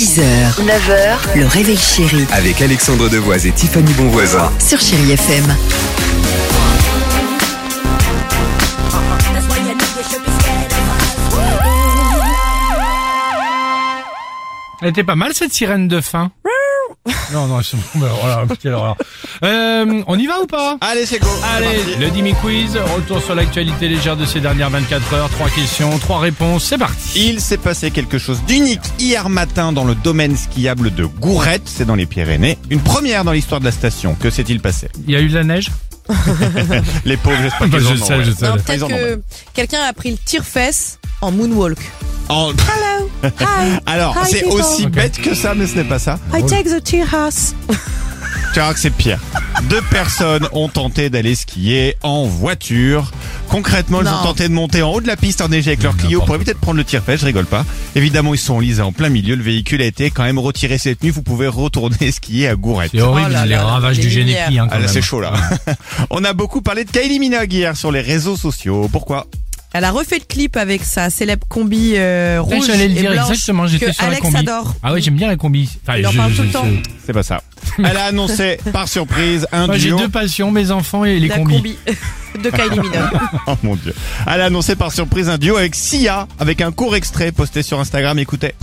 6h, 9h, le réveil chéri Avec Alexandre Devoise et Tiffany Bonvoisin. sur Chéri FM. Elle était pas mal cette sirène de fin. Non, c'est bon, voilà, quelle horreur. On y va ou pas? Allez, c'est go. Allez, le Dimi Quiz, retour sur l'actualité légère de ces dernières 24 heures. 3 questions, 3 réponses, c'est parti. Il s'est passé quelque chose d'unique hier matin dans le domaine skiable de Gourette, c'est dans les Pyrénées. Une première dans l'histoire de la station. Que s'est-il passé? Il y a eu de la neige? Les pauvres, j'espère Bah, qu'ils je en ont, sais, ouais. je sais. Non, Ils peut-être en ont, que quelqu'un a pris le tire-fesse en moonwalk. En- Hello, hi, Alors, hi c'est people. aussi Ok. bête que ça, mais ce n'est pas ça. I take the tear house. Tu verras que c'est pire. 2 personnes ont tenté d'aller skier en voiture. Concrètement, elles Non. ont tenté de monter en haut de la piste enneigée avec leur Clio N'importe pour éviter de prendre le tire-fesse, je rigole pas. Évidemment, ils sont lisés en plein milieu. Le véhicule a été quand même retiré cette nuit. Vous pouvez retourner skier à Gourette. C'est horrible, Oh là les là, ravages les du lumières. Génépi, hein, quand Ah là, même. c'est chaud là. On a beaucoup parlé de Kylie Minogue hier sur les réseaux sociaux. Pourquoi? Elle a refait le clip avec sa célèbre combi rouge J'allais le et dire blanche exactement, j'étais que sur la Alex combi. adore. Ah ouais, j'aime bien la combi. Enfin, Il en parle tout le temps. C'est pas ça. Elle a annoncé par surprise un Moi, j'ai duo. 2 passions, mes enfants et les La combis. combi de Kylie Minogue. Oh mon dieu. Elle a annoncé par surprise un duo avec Sia, avec un court extrait posté sur Instagram. Écoutez.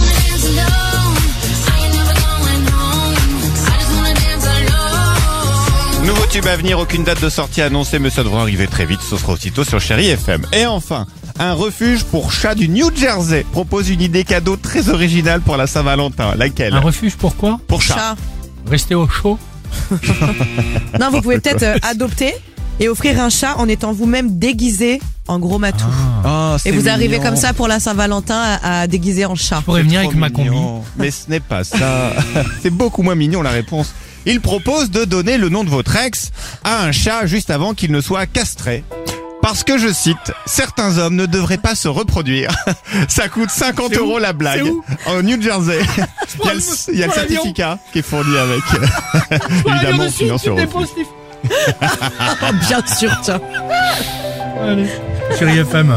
Nouveau tube à venir, aucune date de sortie annoncée, mais ça devrait arriver très vite. Ce sera aussitôt sur Chéri FM. Et enfin, un refuge pour chats du New Jersey propose une idée cadeau très originale pour la Saint-Valentin. Laquelle? Un refuge, pourquoi? Pour chat. Chat. Rester au chaud. Non, vous pouvez peut-être adopter et offrir un chat en étant vous-même déguisé en gros matou. Oh, Et c'est vous arrivez mignon. comme ça pour la Saint-Valentin à déguiser en chat. Je pourrais venir avec Trop ma combi. mignon. Mais ce n'est pas ça. C'est beaucoup moins mignon la réponse. Il propose de donner le nom de votre ex à un chat juste avant qu'il ne soit castré. Parce que, je cite, certains hommes ne devraient pas se reproduire. Ça coûte 50 C'est où € la blague. C'est où En New Jersey. Il y a le certificat qui est fourni avec. Évidemment, on finance sur refuge. Bien sûr, tiens. Allez. Chéri FM.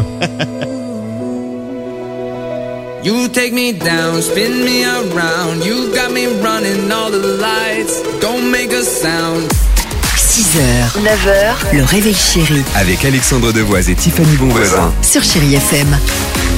You take me down, spin me around. You got me running all the lights. Don't make a sound. 6h, 9h, le réveil chéri Avec Alexandre Devoise et Tiffany Bonvoisin. sur Chéri FM.